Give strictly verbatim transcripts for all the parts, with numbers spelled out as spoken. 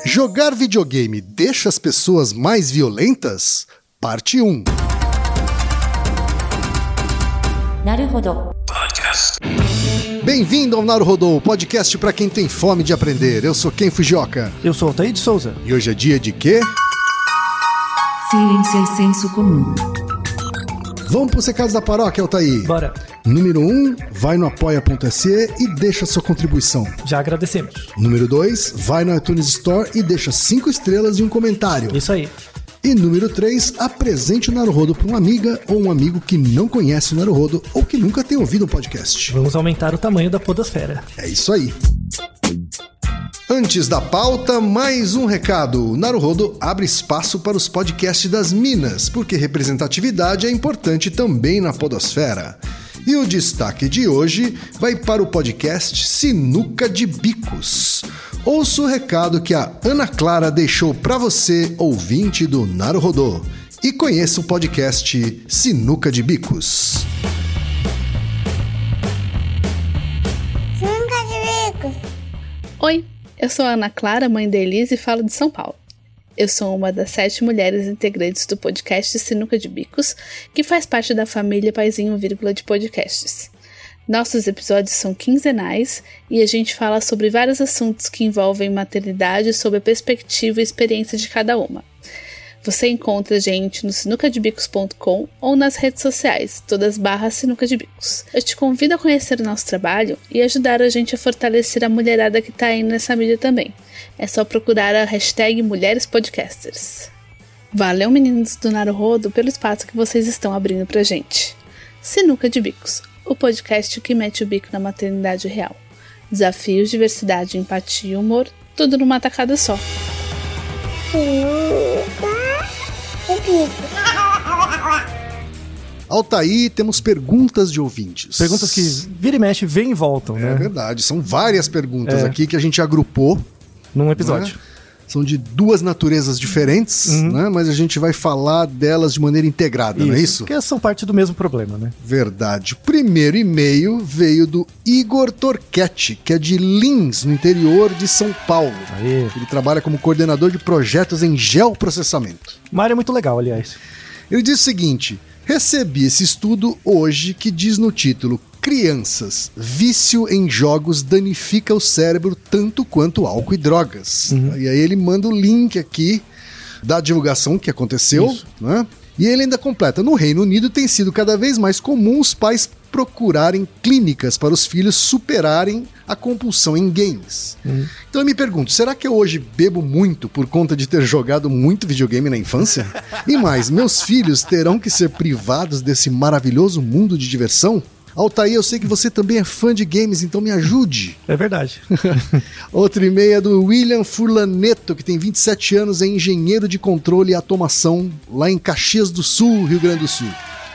Jogar videogame deixa as pessoas mais violentas? Parte um. Naruhodo. Bem-vindo ao Naruhodo, podcast para quem tem fome de aprender. Eu sou Ken Fujioka. Eu sou Altair de Souza. E hoje é dia de quê? Ciência e senso comum. Vamos para os recados da paróquia, Altair. Bora. Número um, vai no apoia.se e deixa sua contribuição. Já agradecemos. Número dois, vai no iTunes Store e deixa cinco estrelas e um comentário. Isso aí. E número três, apresente o Naruhodo para uma amiga ou um amigo que não conhece o Naruhodo ou que nunca tem ouvido um podcast. Vamos aumentar o tamanho da podosfera. É isso aí. Antes da pauta, mais um recado. O Naruhodo abre espaço para os podcasts das Minas, porque representatividade é importante também na podosfera. E o destaque de hoje vai para o podcast Sinuca de Bicos. Ouça o recado que a Ana Clara deixou para você, ouvinte do Naruhodo. E conheça o podcast Sinuca de Bicos. Sinuca de Bicos. Oi, eu sou a Ana Clara, mãe da Elise, e falo de São Paulo. Eu sou uma das sete mulheres integrantes do podcast Sinuca de Bicos, que faz parte da família Paizinho Vírgula de podcasts. Nossos episódios são quinzenais e a gente fala sobre vários assuntos que envolvem maternidade sob a perspectiva e experiência de cada uma. Você encontra a gente no sinuca de bicos ponto com ou nas redes sociais, todas barras Sinuca de Bicos. Eu te convido a conhecer o nosso trabalho e ajudar a gente a fortalecer a mulherada que tá aí nessa mídia também. É só procurar a hashtag Mulheres Podcasters. Valeu, meninos do Naruhodo, pelo espaço que vocês estão abrindo pra gente. Sinuca de Bicos, o podcast que mete o bico na maternidade real. Desafios, diversidade, empatia e humor, tudo numa tacada só. Sinuca de Bicos. Altair, temos perguntas de ouvintes. Perguntas que vira e mexe, vem e voltam, né? É verdade, são várias perguntas É. aqui que a gente agrupou. Num episódio. Né? São de duas naturezas diferentes, Uhum. né? Mas a gente vai falar delas de maneira integrada, não é isso? Porque são parte do mesmo problema, né? Verdade. O primeiro e-mail veio do Igor Torquetti, que é de Lins, no interior de São Paulo. Aê. Ele trabalha como coordenador de projetos em geoprocessamento. Uma área muito legal, aliás. Ele diz o seguinte: recebi esse estudo hoje que diz no título: crianças, vício em jogos danifica o cérebro tanto quanto álcool e drogas. Uhum. E aí ele manda o link aqui da divulgação que aconteceu, Isso. né? E ele ainda completa: no Reino Unido tem sido cada vez mais comum os pais procurarem clínicas para os filhos superarem a compulsão em games. Uhum. Então eu me pergunto, será que eu hoje bebo muito por conta de ter jogado muito videogame na infância? E mais, meus filhos terão que ser privados desse maravilhoso mundo de diversão? Altair, eu sei que você também é fã de games, então me ajude. É verdade. Outro e-mail é do William Furlaneto, que tem vinte e sete anos, é engenheiro de controle e automação lá em Caxias do Sul, Rio Grande do Sul.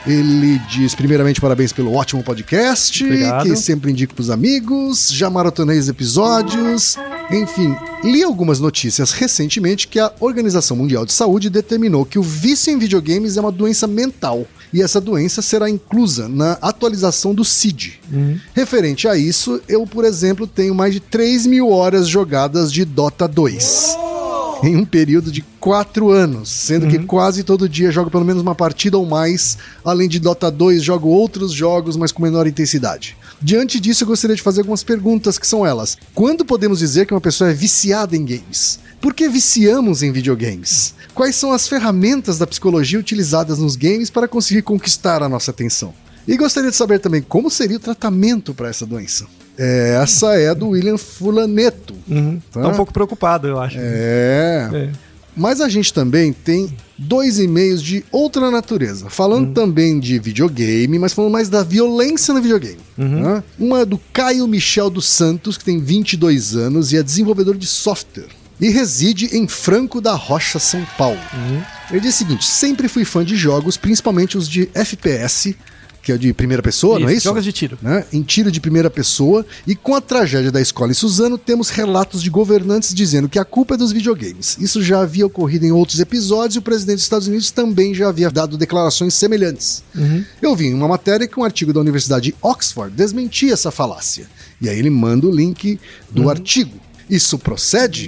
Ele diz, primeiramente, parabéns pelo ótimo podcast, Obrigado. que sempre indico pros amigos, já maratonei os episódios. Enfim, li algumas notícias recentemente que a Organização Mundial de Saúde determinou que o vício em videogames é uma doença mental. E essa doença será inclusa na atualização do C I D. Uhum. Referente a isso, eu, por exemplo, tenho mais de três mil horas jogadas de Dota dois. Em um período de quatro anos, sendo Uhum. que quase todo dia jogo pelo menos uma partida ou mais. Além de Dota dois, jogo outros jogos, mas com menor intensidade. Diante disso, eu gostaria de fazer algumas perguntas, que são elas: quando podemos dizer que uma pessoa é viciada em games? Por que viciamos em videogames? Quais são as ferramentas da psicologia utilizadas nos games para conseguir conquistar a nossa atenção? E gostaria de saber também como seria o tratamento para essa doença. É, essa é a do William Fulaneto. Uhum. Tá? Tá um pouco preocupado, eu acho. É. É. Mas a gente também tem dois e-mails de outra natureza, falando Uhum. também de videogame, mas falando mais da violência no videogame. Uhum. Né? Uma é do Caio Michel dos Santos, que tem vinte e dois anos e é desenvolvedor de software. E reside em Franco da Rocha, São Paulo. Uhum. Ele diz o seguinte: sempre fui fã de jogos, principalmente os de F P S, que é de primeira pessoa, Isso, não é isso? jogos de tiro. Né? Em tiro de primeira pessoa, e com a tragédia da escola em Suzano, temos relatos de governantes dizendo que a culpa é dos videogames. Isso já havia ocorrido em outros episódios e o presidente dos Estados Unidos também já havia dado declarações semelhantes. Uhum. Eu vi em uma matéria que um artigo da Universidade de Oxford desmentia essa falácia. E aí ele manda o link do Uhum. artigo. Isso procede? E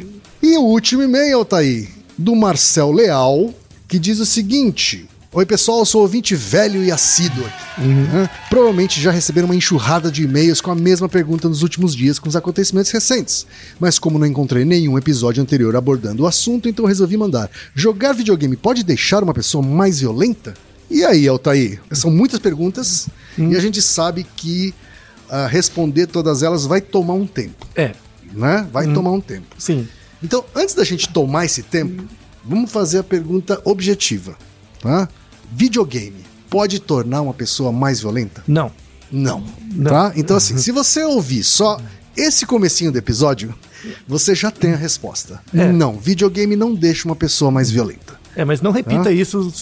E o último e-mail, Altair, do Marcel Leal, que diz o seguinte: oi pessoal, eu sou ouvinte velho e assíduo aqui. Uhum. Provavelmente já receberam uma enxurrada de e-mails com a mesma pergunta nos últimos dias com os acontecimentos recentes. Mas como não encontrei nenhum episódio anterior abordando o assunto, então resolvi mandar. Jogar videogame pode deixar uma pessoa mais violenta? E aí, Altair? São muitas perguntas uhum. e a gente sabe que uh, responder todas elas vai tomar um tempo. É. Né? Vai uhum. tomar um tempo. Sim. Então, antes da gente tomar esse tempo, vamos fazer a pergunta objetiva. Tá? Videogame pode tornar uma pessoa mais violenta? Não. Não. Não. Tá? Então, assim, se você ouvir só esse comecinho do episódio, você já tem a resposta. É. Não, videogame não deixa uma pessoa mais violenta. É, mas não repita tá? isso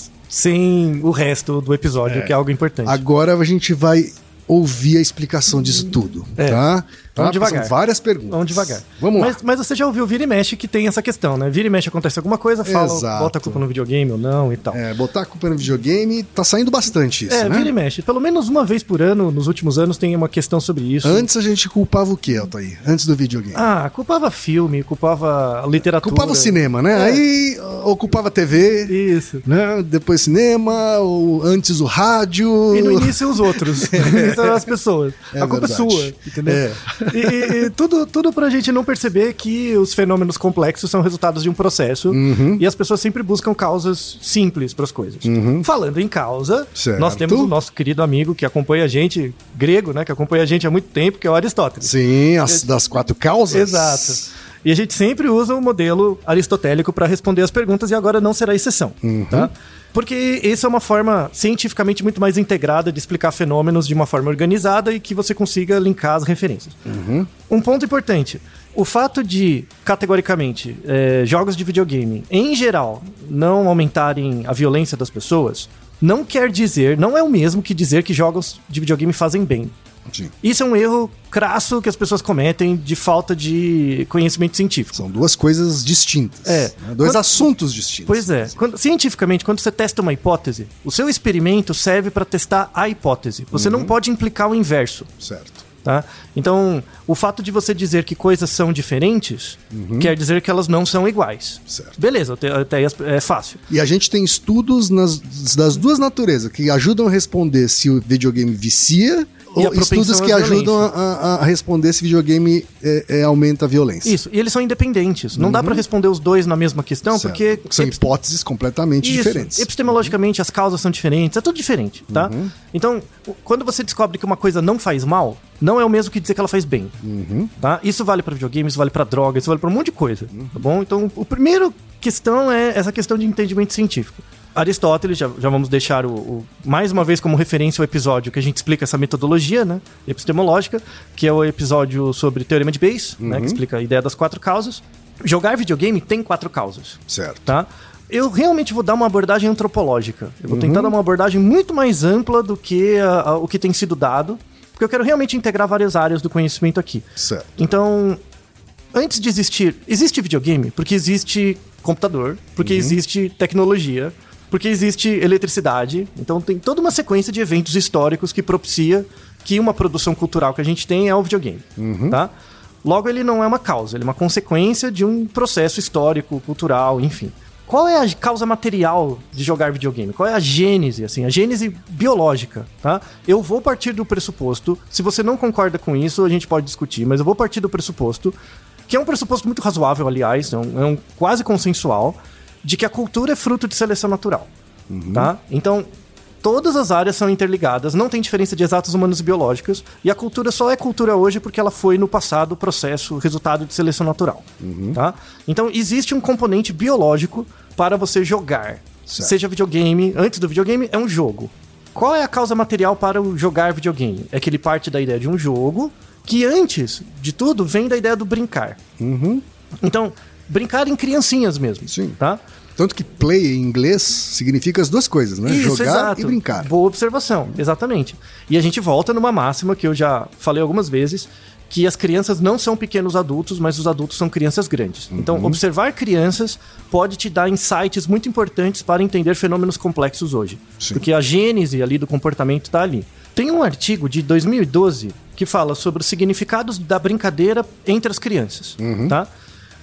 sem o resto do episódio, é. que é algo importante. Agora a gente vai ouvir a explicação disso tudo, é. tá? Vamos devagar. São várias perguntas. Vamos devagar. Vamos lá. Mas, mas você já ouviu Vira e Mexe que tem essa questão, né? Vira e Mexe acontece alguma coisa, fala, Exato. bota a culpa no videogame ou não e tal. É, botar a culpa no videogame, tá saindo bastante isso, é, né? Vira e Mexe. Pelo menos uma vez por ano, nos últimos anos, tem uma questão sobre isso. Antes a gente culpava o quê, Altair? Antes do videogame? Ah, culpava filme, culpava literatura. Culpava o cinema, né? É. Aí ocupava a T V. Isso. Né? Depois cinema, ou antes o rádio. E no início os outros. Isso eram as pessoas. É a culpa verdade. é sua, entendeu? É. E, e, e tudo, tudo pra gente não perceber que os fenômenos complexos são resultados de um processo Uhum. e as pessoas sempre buscam causas simples pras coisas. Uhum. Falando em causa, Certo. nós temos o nosso querido amigo que acompanha a gente, grego, né? Que acompanha a gente há muito tempo, que é o Aristóteles. Sim, as das quatro causas. Exato. E a gente sempre usa o modelo aristotélico para responder as perguntas e agora não será exceção, Uhum. tá? Porque essa é uma forma cientificamente muito mais integrada de explicar fenômenos de uma forma organizada e que você consiga linkar as referências. Uhum. Um ponto importante. O fato de, categoricamente, é, jogos de videogame, em geral, não aumentarem a violência das pessoas, não quer dizer, não é o mesmo que dizer que jogos de videogame fazem bem. Sim. Isso é um erro crasso que as pessoas cometem de falta de conhecimento científico. São duas coisas distintas. É. Né? Dois Quando... assuntos distintos. Pois é. Quando, cientificamente, quando você testa uma hipótese, o seu experimento serve para testar a hipótese. Você Uhum. não pode implicar o inverso. Certo. Tá? Então, o fato de você dizer que coisas são diferentes Uhum. quer dizer que elas não são iguais. Certo. Beleza, até, até é fácil. E a gente tem estudos nas, das duas naturezas que ajudam a responder se o videogame vicia E a ou estudos propensão que à ajudam a, violência. a- a responder se videogame é, é, aumenta a violência. Isso, e eles são independentes. Não dá para responder os dois na mesma questão, Certo. porque... São epi- hipóteses completamente Isso, diferentes. epistemologicamente as causas são diferentes, é tudo diferente, tá? Uhum. Então, o- quando você descobre que uma coisa não faz mal, não é o mesmo que dizer que ela faz bem, Uhum. tá? Isso vale pra videogame, isso vale pra droga, isso vale pra um monte de coisa, tá bom? Então, o primeiro questão é essa questão de entendimento científico. Aristóteles, já, já vamos deixar o, o- mais uma vez como referência o episódio que a gente explica essa metodologia, né, epistemológica, que é o episódio sobre teorema de Bayes, né, que explica a ideia das quatro causas. Jogar videogame tem quatro causas, Certo. tá? Eu realmente vou dar uma abordagem antropológica. Eu vou tentar dar uma abordagem muito mais ampla do que a- a- o que tem sido dado, porque eu quero realmente integrar várias áreas do conhecimento aqui. Certo. Então, antes de existir... Existe videogame porque existe computador, porque existe tecnologia, porque existe eletricidade. Então tem toda uma sequência de eventos históricos que propicia que uma produção cultural que a gente tem é o videogame, tá? Logo, ele não é uma causa, ele é uma consequência de um processo histórico, cultural, enfim. Qual é a causa material de jogar videogame? Qual é a gênese, assim, a gênese biológica, tá? Eu vou partir do pressuposto, se você não concorda com isso, a gente pode discutir, mas eu vou partir do pressuposto, que é um pressuposto muito razoável, aliás, é um, é um quase consensual, de que a cultura é fruto de seleção natural, tá? Então, todas as áreas são interligadas, não tem diferença de exatas humanas e biológicas, e a cultura só é cultura hoje porque ela foi no passado processo, resultado de seleção natural, tá? Então, existe um componente biológico para você jogar, Certo. seja videogame, antes do videogame, é um jogo. Qual é a causa material para o jogar videogame? É que ele parte da ideia de um jogo, que antes de tudo vem da ideia do brincar. Uhum. Então, brincar em criancinhas mesmo, Sim. tá? Tanto que play em inglês significa as duas coisas, né? Isso, Jogar exato. e brincar. Boa observação, exatamente. E a gente volta numa máxima que eu já falei algumas vezes, que as crianças não são pequenos adultos, mas os adultos são crianças grandes. Então, observar crianças pode te dar insights muito importantes para entender fenômenos complexos hoje. Sim. Porque a gênese ali do comportamento está ali. Tem um artigo de dois mil e doze que fala sobre os significados da brincadeira entre as crianças, tá?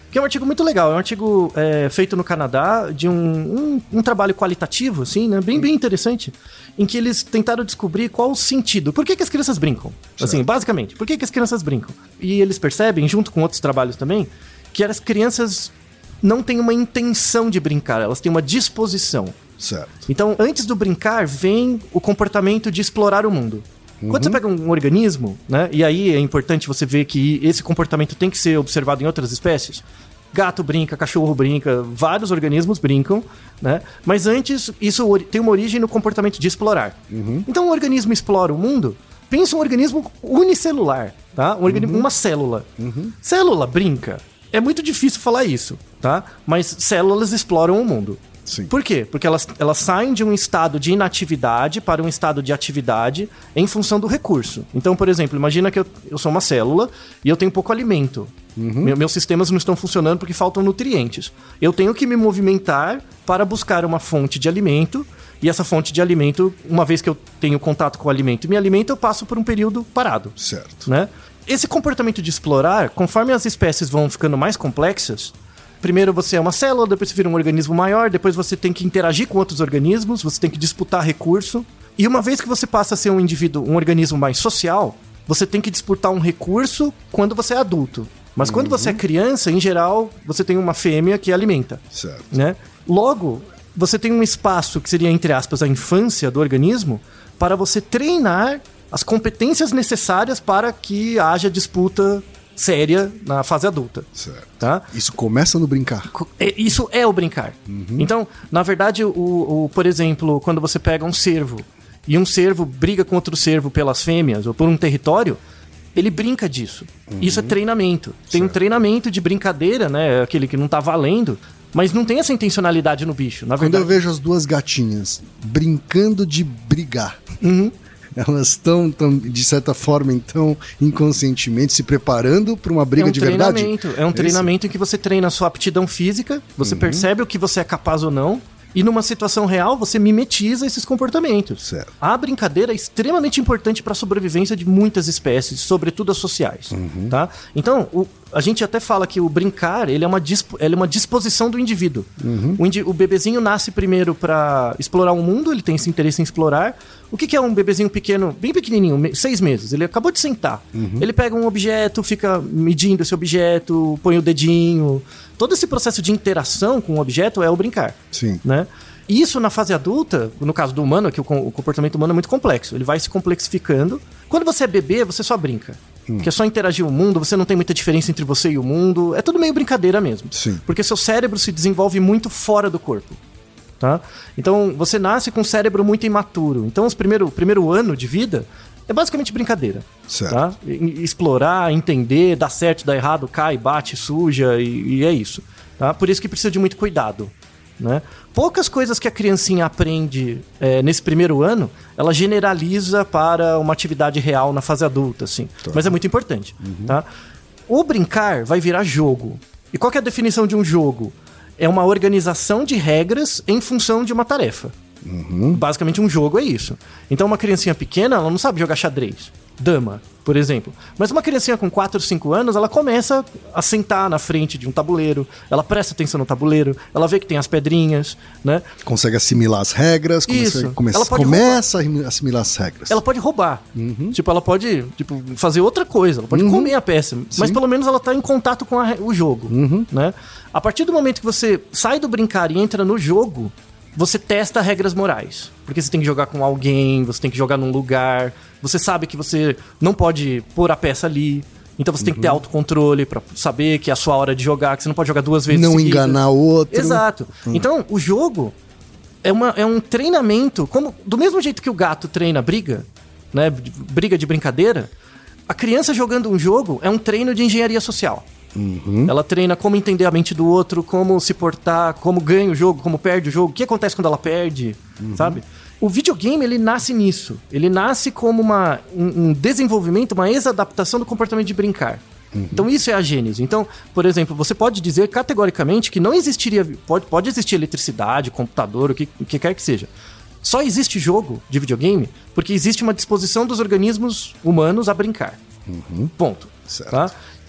Que é um artigo muito legal, é um artigo é, feito no Canadá, de um, um, um trabalho qualitativo, assim, né? Bem, bem interessante, em que eles tentaram descobrir qual o sentido. Por que, que as crianças brincam? Assim, basicamente, por que, que as crianças brincam? E eles percebem, junto com outros trabalhos também, que as crianças não têm uma intenção de brincar, elas têm uma disposição. Certo. Então, antes do brincar, vem o comportamento de explorar o mundo. Uhum. Quando você pega um organismo, né? E aí é importante você ver que esse comportamento tem que ser observado em outras espécies. Gato brinca, cachorro brinca, vários organismos brincam, né? Mas antes, isso tem uma origem no comportamento de explorar. Uhum. Então, um organismo explora o mundo. Pensa um organismo unicelular, tá? Um organismo, uhum. uma célula. Uhum. Célula brinca. É muito difícil falar isso, tá? Mas células exploram o mundo. Sim. Por quê? Porque elas, elas saem de um estado de inatividade para um estado de atividade em função do recurso. Então, por exemplo, imagina que eu, eu sou uma célula e eu tenho pouco alimento. Uhum. Meu, meus sistemas não estão funcionando porque faltam nutrientes. Eu tenho que me movimentar para buscar uma fonte de alimento. E essa fonte de alimento, uma vez que eu tenho contato com o alimento e me alimento, eu passo por um período parado. Certo. Né? Esse comportamento de explorar, conforme as espécies vão ficando mais complexas, primeiro você é uma célula, depois você vira um organismo maior, depois você tem que interagir com outros organismos, você tem que disputar recurso. E uma vez que você passa a ser um indivíduo, um organismo mais social, você tem que disputar um recurso quando você é adulto. Mas quando uhum. você é criança, em geral, você tem uma fêmea que alimenta. Certo. Né? Logo, você tem um espaço que seria, entre aspas, a infância do organismo, para você treinar as competências necessárias para que haja disputa séria na fase adulta. Certo. Tá? Isso começa no brincar. Isso é o brincar. Uhum. Então, na verdade, o, o, por exemplo, quando você pega um cervo e um cervo briga com outro cervo pelas fêmeas ou por um território, ele brinca disso. Uhum. Isso é treinamento. Tem certo. Um treinamento de brincadeira, né? Aquele que não tá valendo, mas não tem essa intencionalidade no bicho. Na Quando verdade... eu vejo as duas gatinhas brincando de brigar, uhum. elas estão, de certa forma, então, inconscientemente se preparando para uma briga é um de verdade? É um treinamento é em que você treina a sua aptidão física, você uhum. percebe o que você é capaz ou não, e numa situação real você mimetiza esses comportamentos. Certo. A brincadeira é extremamente importante para a sobrevivência de muitas espécies, sobretudo as sociais. Uhum. Tá? Então, o, a gente até fala que o brincar ele é, uma dispo, ele é uma disposição do indivíduo. Uhum. O, indi, o bebezinho nasce primeiro para explorar o mundo, ele tem esse interesse em explorar. O que, que é um bebezinho pequeno, bem pequenininho, seis meses? Ele acabou de sentar. Uhum. Ele pega um objeto, fica medindo esse objeto, põe o dedinho. Todo esse processo de interação com o objeto é o brincar. Sim. Né? Isso na fase adulta, no caso do humano, que o comportamento humano é muito complexo. Ele vai se complexificando. Quando você é bebê, você só brinca. Hum. Que é só interagir o mundo, você não tem muita diferença entre você e o mundo. É tudo meio brincadeira mesmo. Sim. Porque seu cérebro se desenvolve muito fora do corpo. Tá? Então, você nasce com um cérebro muito imaturo. Então, os primeiro, o primeiro ano de vida é basicamente brincadeira. Certo. Tá? E, explorar, entender, dá certo, dá errado, cai, bate, suja e, e é isso. Tá? Por isso que precisa de muito cuidado. Né? Poucas coisas que a criancinha aprende é, nesse primeiro ano, ela generaliza para uma atividade real na fase adulta. Assim. Tá. Mas é muito importante. Uhum. Tá? O brincar vai virar jogo. E qual que é a definição de um jogo? É uma organização de regras em função de uma tarefa. Uhum. Basicamente um jogo é isso. Então uma criancinha pequena, ela não sabe jogar xadrez, dama, por exemplo. Mas uma criancinha com quatro, cinco anos, ela começa a sentar na frente de um tabuleiro, ela presta atenção no tabuleiro, ela vê que tem as pedrinhas, né? Consegue assimilar as regras, isso. Come ela pode começa roubar. a assimilar as regras. Ela pode roubar. Uhum. Tipo, ela pode tipo, fazer outra coisa, ela pode uhum. comer a peça, Sim. mas pelo menos ela está em contato com a, o jogo, uhum. né? A partir do momento que você sai do brincar e entra no jogo, você testa regras morais. Porque você tem que jogar com alguém, você tem que jogar num lugar, você sabe que você não pode pôr a peça ali. Então você uhum. tem que ter autocontrole pra saber que é a sua hora de jogar, que você não pode jogar duas vezes Não seguidas. enganar o outro. Exato. Uhum. Então, o jogo é, uma, é um treinamento, como do mesmo jeito que o gato treina briga, né, briga de brincadeira, a criança jogando um jogo é um treino de engenharia social. Uhum. Ela treina como entender a mente do outro, como se portar, como ganha o jogo, como perde o jogo, o que acontece quando ela perde, uhum. sabe? O videogame, ele nasce nisso. Ele nasce como uma, um, um desenvolvimento, uma ex-adaptação do comportamento de brincar. Uhum. Então isso é a gênese. Então, por exemplo, você pode dizer categoricamente que não existiria, pode, pode existir eletricidade, computador, o que, o que quer que seja. Só existe jogo de videogame porque existe uma disposição dos organismos humanos a brincar. Uhum. Ponto. Certo. Tá?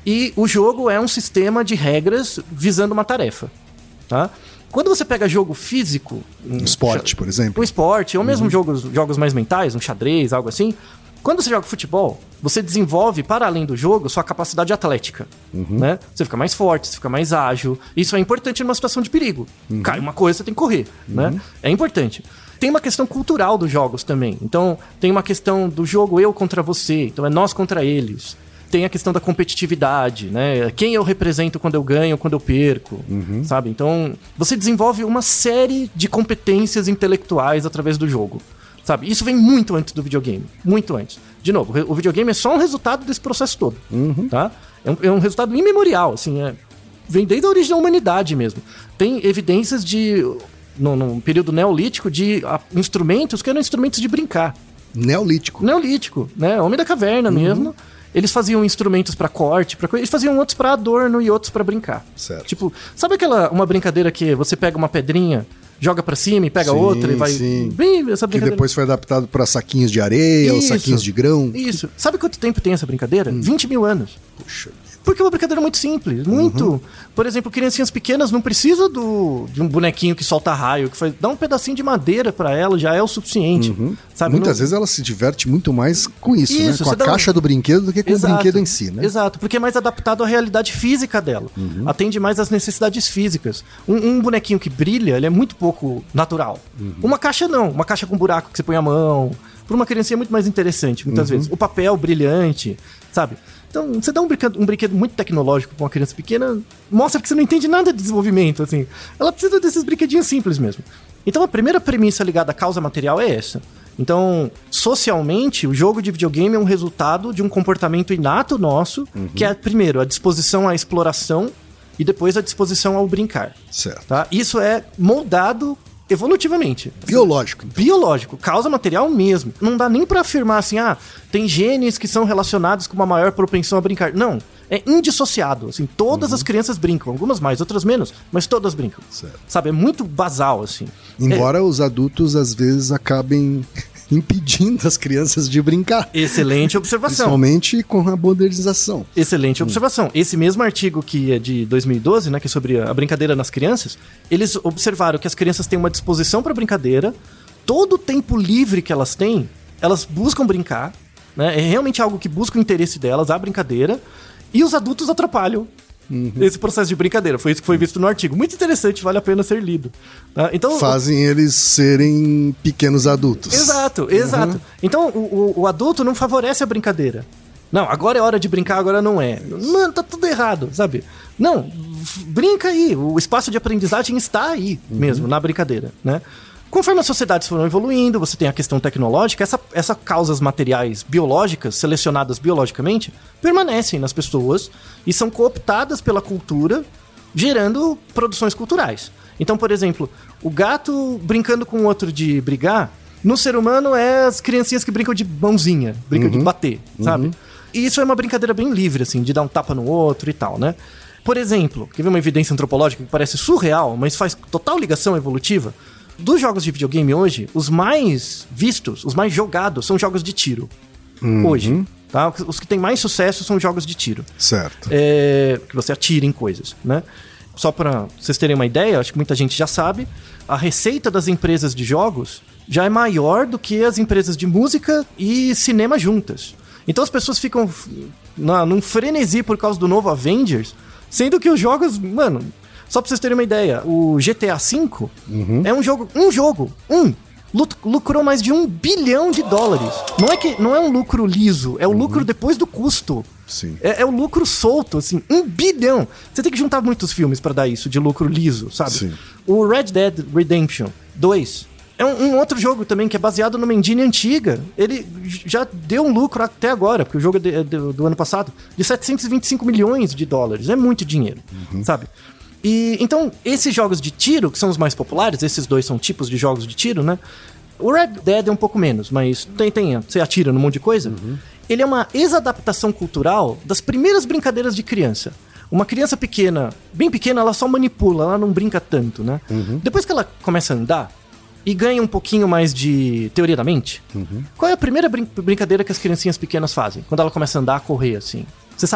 E o jogo é um sistema de regras visando uma tarefa, tá? Quando você pega jogo físico... Um esporte, por exemplo. Um esporte, ou mesmo uhum. jogos, jogos mais mentais, um xadrez, algo assim. Quando você joga futebol, você desenvolve, para além do jogo, sua capacidade atlética. Uhum. Né? Você fica mais forte, você fica mais ágil. Isso é importante numa situação de perigo. Uhum. Cai uma coisa, você tem que correr. Uhum. Né? É importante. Tem uma questão cultural dos jogos também. Então, tem uma questão do jogo eu contra você. Então, é nós contra eles. Tem a questão da competitividade, né? Quem eu represento quando eu ganho, quando eu perco, uhum. sabe? Então, você desenvolve uma série de competências intelectuais através do jogo, sabe? Isso vem muito antes do videogame, muito antes. De novo, o videogame é só um resultado desse processo todo, uhum. tá? É um, é um resultado imemorial, assim, é, vem desde a origem da humanidade mesmo. Tem evidências de, no, no período neolítico, de a, instrumentos que eram instrumentos de brincar. Neolítico. Neolítico, né? Homem da caverna uhum. mesmo. Eles faziam instrumentos pra corte, pra... eles faziam outros pra adorno e outros pra brincar. Certo. Tipo, sabe aquela uma brincadeira que você pega uma pedrinha, joga pra cima e pega sim, outra e vai... Sim. Bem, essa que depois foi adaptado pra saquinhos de areia ou saquinhos de grão. Isso. Sabe quanto tempo tem essa brincadeira? Hum. vinte mil anos. Puxa. Porque é uma brincadeira muito simples, muito... Uhum. Por exemplo, criancinhas pequenas não precisam do, de um bonequinho que solta raio, que faz, dá um pedacinho de madeira pra ela, já é o suficiente. Uhum. Sabe? Muitas não... vezes ela se diverte muito mais com isso, isso né? Com a caixa um... do brinquedo do que com Exato. O brinquedo em si, né? Exato, porque é mais adaptado à realidade física dela. Uhum. Atende mais às necessidades físicas. Um, um bonequinho que brilha, ele é muito pouco natural. Uhum. Uma caixa não, uma caixa com buraco que você põe a mão. Para uma criancinha é muito mais interessante, muitas uhum. vezes. O papel brilhante, sabe? Então, você dá um brinquedo, um brinquedo muito tecnológico para uma criança pequena, mostra que você não entende nada de desenvolvimento, assim. Ela precisa desses brinquedinhos simples mesmo. Então, a primeira premissa ligada à causa material é essa. Então, socialmente, o jogo de videogame é um resultado de um comportamento inato nosso, uhum. que é, primeiro, a disposição à exploração e depois a disposição ao brincar. Certo. Tá? Isso é moldado evolutivamente. Biológico. Então. Biológico, causa material mesmo. Não dá nem pra afirmar assim, ah, tem genes que são relacionados com uma maior propensão a brincar. Não, é indissociado, assim, todas uhum. as crianças brincam, algumas mais, outras menos, mas todas brincam. Certo. Sabe, é muito basal, assim. Embora é... os adultos, às vezes, acabem impedindo as crianças de brincar. Excelente observação. Principalmente com a modernização. Excelente hum. observação. Esse mesmo artigo que é de dois mil e doze, né, que é sobre a brincadeira nas crianças, eles observaram que as crianças têm uma disposição para brincadeira, todo o tempo livre que elas têm, elas buscam brincar, né, é realmente algo que busca o interesse delas, a brincadeira, e os adultos atrapalham Uhum. esse processo de brincadeira. Foi isso que foi visto no artigo. Muito interessante, vale a pena ser lido. Tá? Então, fazem o... eles serem pequenos adultos. Exato, exato. Uhum. Então, o, o, o adulto não favorece a brincadeira. Não, agora é hora de brincar, agora não é. Mano, tá tudo errado, sabe? Não, brinca aí. O espaço de aprendizagem está aí uhum. mesmo, na brincadeira, né? Conforme as sociedades foram evoluindo, você tem a questão tecnológica, essa, essas causas materiais biológicas, selecionadas biologicamente, permanecem nas pessoas e são cooptadas pela cultura, gerando produções culturais. Então, por exemplo, o gato brincando com o outro de brigar, no ser humano é as criancinhas que brincam de mãozinha, brincam uhum. de bater, sabe? Uhum. E isso é uma brincadeira bem livre, assim, de dar um tapa no outro e tal, né? Por exemplo, quer ver uma evidência antropológica que parece surreal, mas faz total ligação evolutiva? Dos jogos de videogame hoje, os mais vistos, os mais jogados, são jogos de tiro. Uhum. Hoje, tá? Os que têm mais sucesso são jogos de tiro. Certo. É, que você atira em coisas, né? Só para vocês terem uma ideia, acho que muita gente já sabe, a receita das empresas de jogos já é maior do que as empresas de música e cinema juntas. Então as pessoas ficam na, num frenesi por causa do novo Avengers, sendo que os jogos, mano... Só pra vocês terem uma ideia, o G T A cinco uhum. é um jogo, um jogo, um, lucrou mais de um bilhão de dólares. Não é, que, não é um lucro liso, é o uhum. lucro depois do custo. Sim. É, é o lucro solto, assim, um bilhão. Você tem que juntar muitos filmes pra dar isso, de lucro liso, sabe? Sim. O Red Dead Redemption dois é um, um outro jogo também que é baseado numa engine antiga. Ele já deu um lucro até agora, porque o jogo é de, de, do ano passado, de setecentos e vinte e cinco milhões de dólares. É muito dinheiro, uhum. sabe? E, então, esses jogos de tiro, que são os mais populares, esses dois são tipos de jogos de tiro, né? O Red Dead é um pouco menos, mas tem, tem, você atira num monte de coisa. Uhum. Ele é uma exadaptação cultural das primeiras brincadeiras de criança. Uma criança pequena, bem pequena, ela só manipula, ela não brinca tanto, né? Uhum. Depois que ela começa a andar e ganha um pouquinho mais de teoria da mente, uhum. qual é a primeira brin- brincadeira que as criancinhas pequenas fazem? Quando ela começa a andar, a correr, assim. Você sabe?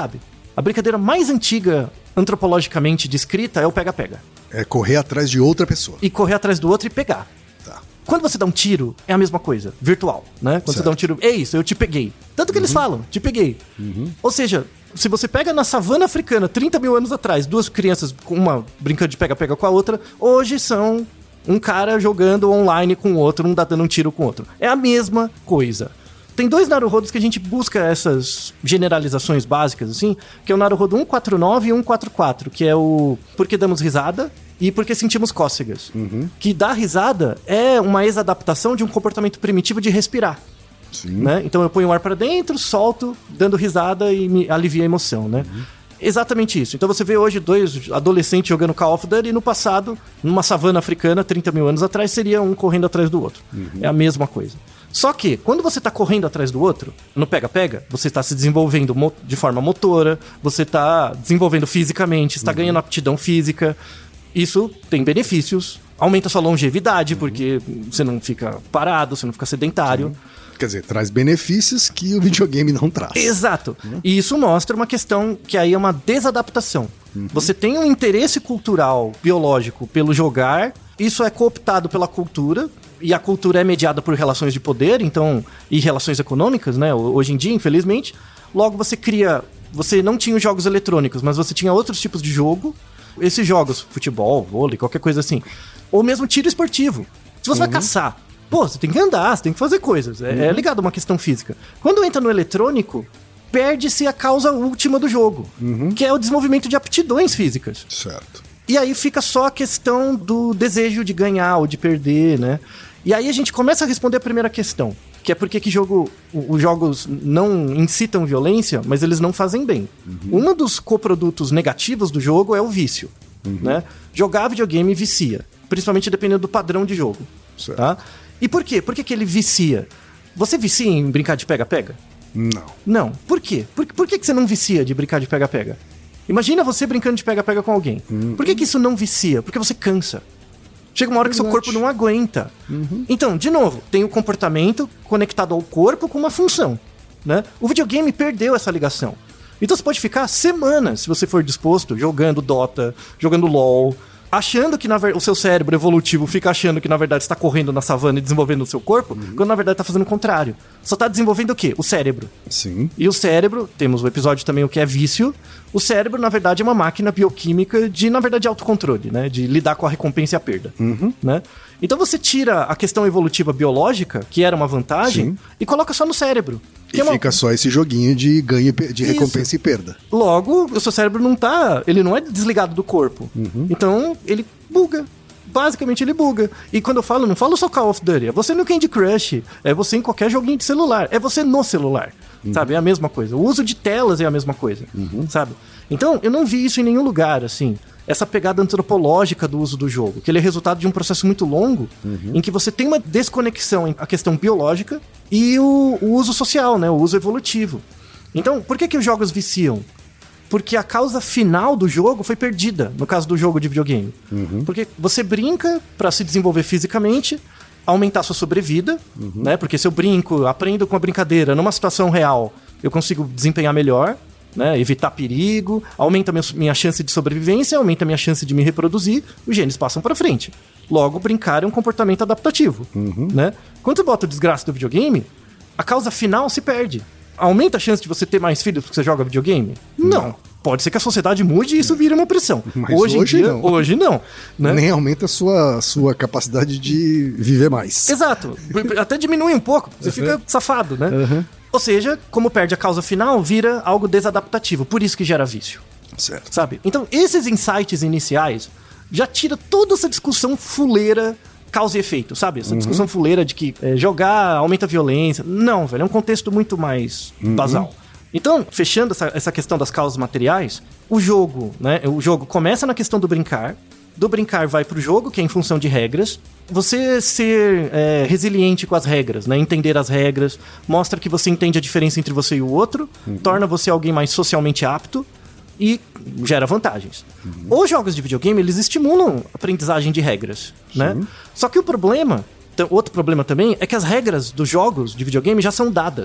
A brincadeira mais antiga, antropologicamente descrita, é o pega-pega. É correr atrás de outra pessoa. E correr atrás do outro e pegar. Tá. Quando você dá um tiro, é a mesma coisa, virtual, né? Quando Certo. você dá um tiro, é isso, eu te peguei. Tanto que eles falam, te peguei. Ou seja, se você pega na savana africana, trinta mil anos atrás, duas crianças, com uma brincando de pega-pega com a outra, hoje são um cara jogando online com o outro, um dando um tiro com o outro. É a mesma coisa. Tem dois Naruhodos que a gente busca essas generalizações básicas, assim, que é o Naruhodo cento e quarenta e nove e cento e quarenta e quatro, que é o Porque Damos Risada e Porque Sentimos Cócegas. Uhum. Que dar risada é uma ex-adaptação de um comportamento primitivo de respirar. Sim. Né? Então eu ponho o ar pra dentro, solto, dando risada e me alivia a emoção, né? Uhum. Exatamente isso. Então você vê hoje dois adolescentes jogando Call of Duty e no passado, numa savana africana, trinta mil anos atrás, seria um correndo atrás do outro. Uhum. É a mesma coisa. Só que, quando você tá correndo atrás do outro, no pega-pega, você tá se desenvolvendo mo- de forma motora, você tá desenvolvendo fisicamente, está uhum. ganhando aptidão física. Isso tem benefícios, aumenta a sua longevidade, uhum. porque você não fica parado, você não fica sedentário. Sim. Quer dizer, traz benefícios que o videogame não traz. Exato. Uhum. E isso mostra uma questão que aí é uma desadaptação. Uhum. Você tem um interesse cultural, biológico, pelo jogar, isso é cooptado pela cultura, e a cultura é mediada por relações de poder, então, e relações econômicas, né? Hoje em dia, infelizmente. Logo, você cria... Você não tinha os jogos eletrônicos, mas você tinha outros tipos de jogo. Esses jogos, futebol, vôlei, qualquer coisa assim. Ou mesmo tiro esportivo. Se você uhum. vai caçar, pô, você tem que andar, você tem que fazer coisas. É, uhum. é ligado a uma questão física. Quando entra no eletrônico, perde-se a causa última do jogo, uhum. que é o desenvolvimento de aptidões físicas. Certo. E aí fica só a questão do desejo de ganhar ou de perder, né? E aí a gente começa a responder a primeira questão, que é por que que jogo, os jogos não incitam violência, mas eles não fazem bem. Uhum. Um dos coprodutos negativos do jogo é o vício, uhum. né? Jogar videogame vicia, principalmente dependendo do padrão de jogo. Certo. Tá? E por quê? Por que que ele vicia? Você vicia em brincar de pega-pega? Não. Não. Por quê? Por, por que que você não vicia de brincar de pega-pega? Imagina você brincando de pega-pega com alguém. Uhum. Por que que isso não vicia? Porque você cansa. Chega uma hora que seu corpo não aguenta. Uhum. Então, de novo, tem o comportamento conectado ao corpo com uma função, né? O videogame perdeu essa ligação. Então você pode ficar semanas, se você for disposto, jogando Dota, jogando LoL, achando que na ver... o seu cérebro evolutivo fica achando que na verdade está correndo na savana e desenvolvendo o seu corpo, uhum. quando na verdade está fazendo o contrário. Só está desenvolvendo o quê? O cérebro. Sim. E o cérebro, temos o episódio também o que é vício, o cérebro na verdade é uma máquina bioquímica de, na verdade, autocontrole, né? De lidar com a recompensa e a perda, uhum. né? Então você tira a questão evolutiva biológica, que era uma vantagem, Sim. e coloca só no cérebro. E é uma... fica só esse joguinho de ganho, de recompensa Isso. e perda. Logo, o seu cérebro não tá... Ele não é desligado do corpo. Uhum. Então, ele buga. Basicamente, ele buga. E quando eu falo, não falo só Call of Duty. É você no Candy Crush. É você em qualquer joguinho de celular. É você no celular. Uhum. Sabe? É a mesma coisa. O uso de telas é a mesma coisa. Uhum. Sabe? Então, eu não vi isso em nenhum lugar, assim. Essa pegada antropológica do uso do jogo, que ele é resultado de um processo muito longo, uhum. em que você tem uma desconexão entre a questão biológica e o, o uso social, né? O uso evolutivo. Então, por que que os jogos viciam? Porque a causa final do jogo foi perdida, no caso do jogo de videogame. Uhum. Porque você brinca para se desenvolver fisicamente, aumentar sua sobrevida, uhum. né? Porque se eu brinco, aprendo com a brincadeira, numa situação real, eu consigo desempenhar melhor, né, evitar perigo, aumenta minha, minha chance de sobrevivência, aumenta minha chance de me reproduzir, os genes passam pra frente. Logo, brincar é um comportamento adaptativo, uhum. né? Quando você bota o desgraça do videogame, a causa final se perde. Aumenta a chance de você ter mais filhos porque você joga videogame? Não. não. Pode ser que a sociedade mude e isso vire uma pressão. Mas hoje, hoje em dia, não. Hoje não. Né? Nem aumenta a sua, sua capacidade de viver mais. Exato. Até diminui um pouco. Você uhum. fica safado, né? Uhum. Ou seja, como perde a causa final, vira algo desadaptativo. Por isso que gera vício. Certo. Sabe? Então, esses insights iniciais já tira toda essa discussão fuleira causa e efeito, sabe? Essa uhum. discussão fuleira de que é, jogar aumenta a violência. Não, velho. É um contexto muito mais uhum. basal. Então, fechando essa, essa questão das causas materiais, o jogo, né? O jogo começa na questão do brincar. Do brincar vai pro jogo, que é em função de regras. Você ser é, resiliente com as regras, né? Entender as regras, mostra que você entende a diferença entre você e o outro, uhum. torna você alguém mais socialmente apto e gera vantagens. Uhum. Os jogos de videogame, eles estimulam a aprendizagem de regras, Sim. né? Só que o problema, outro problema também, é que as regras dos jogos de videogame já são dadas.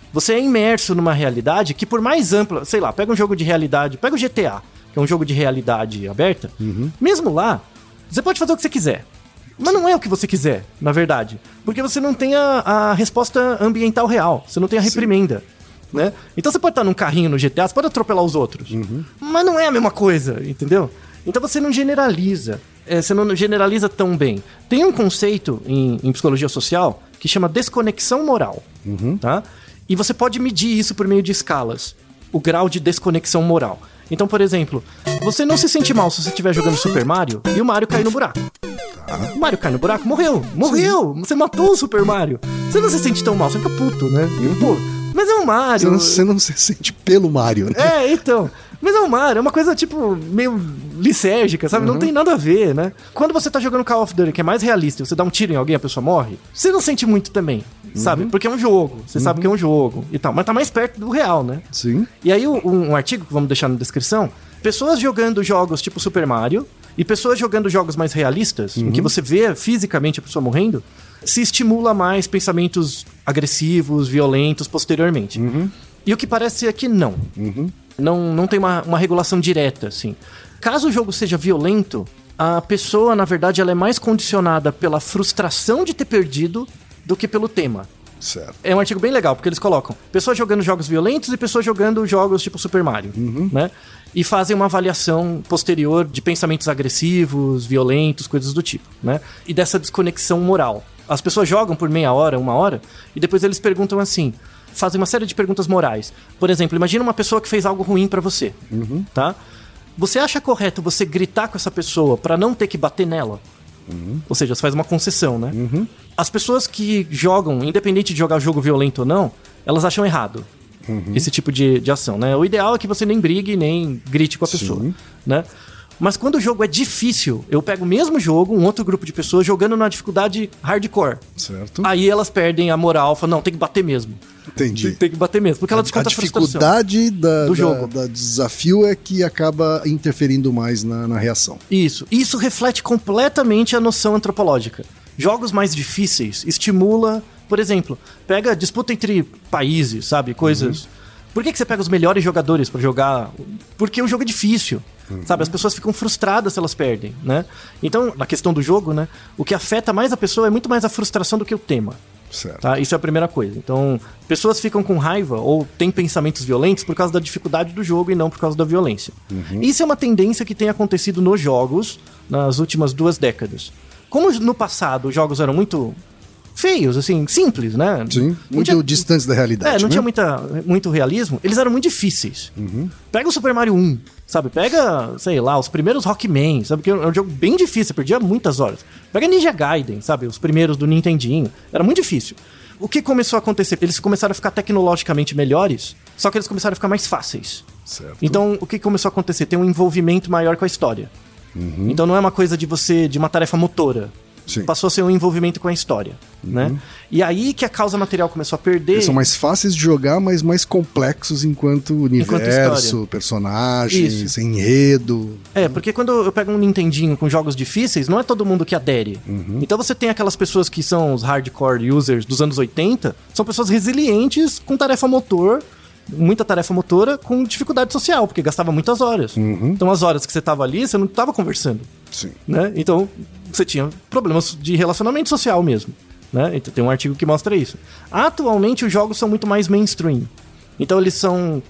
Você é imerso numa realidade que, por mais ampla, sei lá, pega um jogo de realidade, pega o G T A, que é um jogo de realidade aberta, uhum. mesmo lá, você pode fazer o que você quiser. Mas não é o que você quiser, na verdade. Porque você não tem a, a resposta ambiental real, você não tem a reprimenda. Né? Então você pode estar num carrinho no G T A, você pode atropelar os outros. Uhum. Mas não é a mesma coisa, entendeu? Então você não generaliza. É, você não generaliza tão bem. Tem um conceito em, em psicologia social que chama desconexão moral. Uhum. Tá? E você pode medir isso por meio de escalas. O grau de desconexão moral. Então, por exemplo, você não se sente mal se você estiver jogando Super Mario e o Mario cair no buraco. Tá. O Mario cai no buraco, morreu. Morreu. Sim. Você matou o Super Mario. Você não se sente tão mal, você fica puto, né? Uhum. Pô, mas é o Mario. Você não, você não se sente pelo Mario, né? É, então... Mas é o Mario, é uma coisa, tipo, meio lisérgica, sabe? Uhum. Não tem nada a ver, né? Quando você tá jogando Call of Duty, que é mais realista, você dá um tiro em alguém e a pessoa morre, você não sente muito também, uhum. sabe? Porque é um jogo, você uhum. sabe que é um jogo e tal. Mas tá mais perto do real, né? Sim. E aí, um, um artigo que vamos deixar na descrição, pessoas jogando jogos tipo Super Mario e pessoas jogando jogos mais realistas, uhum. em que você vê fisicamente a pessoa morrendo, se estimula mais pensamentos agressivos, violentos posteriormente. Uhum. E o que parece é que não. Uhum. Não, não tem uma, uma regulação direta, assim. Caso o jogo seja violento, a pessoa, na verdade, ela é mais condicionada pela frustração de ter perdido do que pelo tema. Certo. É um artigo bem legal, porque eles colocam pessoas jogando jogos violentos e pessoas jogando jogos tipo Super Mario, uhum. né? E fazem uma avaliação posterior de pensamentos agressivos, violentos, coisas do tipo, né? E dessa desconexão moral. As pessoas jogam por meia hora, uma hora, e depois eles perguntam assim... Fazem uma série de perguntas morais. Por exemplo, imagina uma pessoa que fez algo ruim pra você, uhum. tá? Você acha correto você gritar com essa pessoa pra não ter que bater nela? Uhum. Ou seja, você faz uma concessão, né? Uhum. As pessoas que jogam, independente de jogar jogo violento ou não, elas acham errado uhum. esse tipo de, de ação, né? O ideal é que você nem brigue, nem grite com a pessoa, Sim. né? Mas quando o jogo é difícil, eu pego o mesmo jogo, um outro grupo de pessoas jogando na dificuldade hardcore. Certo. Aí elas perdem a moral, falam, não, tem que bater mesmo. Entendi. Tem, tem que bater mesmo, porque ela desconta a, a dificuldade da, do da, jogo. Da desafio é que acaba interferindo mais na, na reação. Isso. Isso reflete completamente a noção antropológica. Jogos mais difíceis estimula, por exemplo, pega disputa entre países, sabe? Coisas... Uhum. Por que, que você pega os melhores jogadores pra jogar? Porque o jogo é difícil, uhum. sabe? As pessoas ficam frustradas se elas perdem, né? Então, na questão do jogo, né? O que afeta mais a pessoa é muito mais a frustração do que o tema. Certo. Tá? Isso é a primeira coisa. Então, pessoas ficam com raiva ou têm pensamentos violentos por causa da dificuldade do jogo e não por causa da violência. Uhum. Isso é uma tendência que tem acontecido nos jogos nas últimas duas décadas. Como no passado os jogos eram muito... feios, assim, simples, né? Sim, muito tinha, distantes da realidade. É, não né? tinha muita, muito realismo. Eles eram muito difíceis. Uhum. Pega o Super Mario um, sabe? Pega, sei lá, os primeiros Rockman, sabe? Que é um jogo bem difícil, perdia muitas horas. Pega Ninja Gaiden, sabe? Os primeiros do Nintendinho. Era muito difícil. O que começou a acontecer? Eles começaram a ficar tecnologicamente melhores, só que eles começaram a ficar mais fáceis. Certo. Então, o que começou a acontecer? Tem um envolvimento maior com a história. Uhum. Então, não é uma coisa de você, de uma tarefa motora. Sim. Passou a ser um envolvimento com a história, uhum. né? E aí que a causa material começou a perder... Eles são mais fáceis de jogar, mas mais complexos enquanto universo, enquanto personagens, Isso. enredo... É, porque quando eu pego um Nintendinho com jogos difíceis, não é todo mundo que adere. Uhum. Então você tem aquelas pessoas que são os hardcore users dos anos oitenta, são pessoas resilientes com tarefa motor... muita tarefa motora com dificuldade social, porque gastava muitas horas. Uhum. Então, as horas que você tava ali, você não tava conversando. Sim. Né? Então, você tinha problemas de relacionamento social mesmo. Né? Então, tem um artigo que mostra isso. Atualmente, os jogos são muito mais mainstream. Então, eles são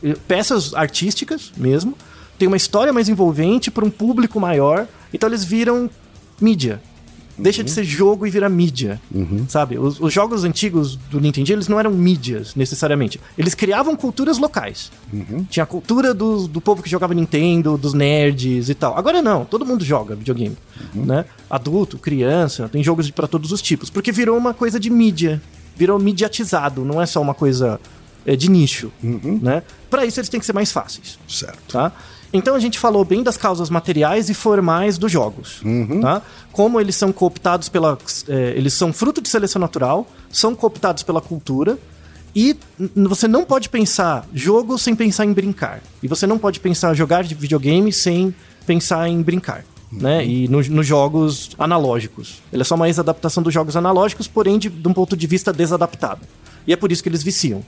peças artísticas mesmo, tem uma história mais envolvente para um público maior, então eles viram mídia. Deixa uhum. de ser jogo e vira mídia, uhum. sabe? Os, os jogos antigos do Nintendo, eles não eram mídias, necessariamente. Eles criavam culturas locais. Uhum. Tinha a cultura do, do povo que jogava Nintendo, dos nerds e tal. Agora não, todo mundo joga videogame, uhum. né? Adulto, criança, tem jogos para todos os tipos. Porque virou uma coisa de mídia, virou mediatizado, não é só uma coisa é, de nicho, uhum. né? Para isso eles têm que ser mais fáceis. Certo. Tá? Então a gente falou bem das causas materiais e formais dos jogos, uhum. tá? Como eles são cooptados pela... É, eles são fruto de seleção natural, são cooptados pela cultura, e você não pode pensar jogo sem pensar em brincar. E você não pode pensar jogar de videogame sem pensar em brincar, uhum. né? E nos no jogos analógicos. Ele é só uma ex-adaptação dos jogos analógicos, porém de, de um ponto de vista desadaptado. E é por isso que eles viciam.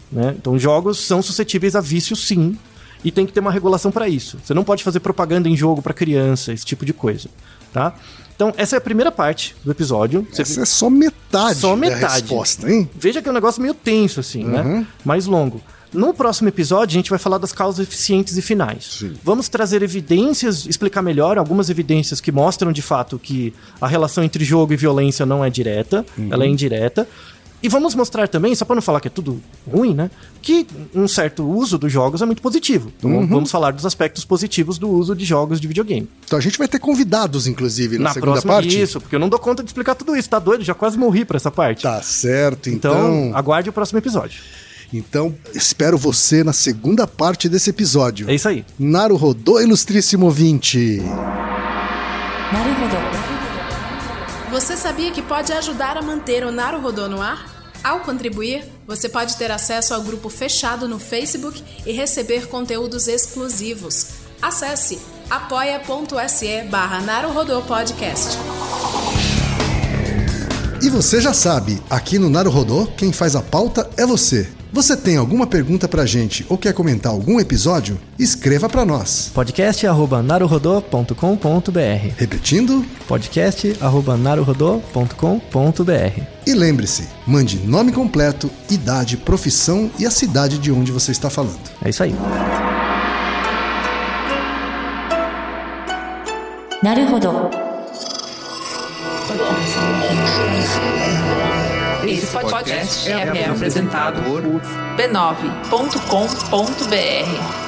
né? Então jogos são suscetíveis a vício, sim, e tem que ter uma regulação para isso. Você não pode fazer propaganda em jogo para criança, esse tipo de coisa, tá? Então essa é a primeira parte do episódio. Essa Você... é só metade só da metade. resposta, hein? Veja que é um negócio meio tenso, assim, Uhum. né? Mais longo. No próximo episódio, a gente vai falar das causas eficientes e finais. Sim. Vamos trazer evidências, explicar melhor algumas evidências que mostram, de fato, que a relação entre jogo e violência não é direta, Uhum. ela é indireta. E vamos mostrar também, só para não falar que é tudo ruim, né? Que um certo uso dos jogos é muito positivo. Então Uhum. vamos falar dos aspectos positivos do uso de jogos de videogame. Então a gente vai ter convidados, inclusive, na, Na segunda próxima, parte. isso, porque eu não dou conta de explicar tudo isso, tá doido? Já quase morri pra essa parte. Tá certo, Então, então... aguarde o próximo episódio. Então, espero você na segunda parte desse episódio. É isso aí. Naruhodô, ilustríssimo ouvinte. なるほど。 Você sabia que pode ajudar a manter o Naruhodô no ar? Ao contribuir, você pode ter acesso ao grupo fechado no Facebook e receber conteúdos exclusivos. Acesse apoia.se barra Naruhodô Podcast. E você já sabe, aqui no Naruhodô, quem faz a pauta é você. Você tem alguma pergunta pra gente ou quer comentar algum episódio? Escreva pra nós. podcast arroba naruhodô ponto com ponto br. Repetindo, podcast arroba naruhodô ponto com ponto br. e lembre-se, mande nome completo, idade, profissão e a cidade de onde você está falando. É isso aí. なるほど。 Esse podcast é apresentado por b nove ponto com ponto br.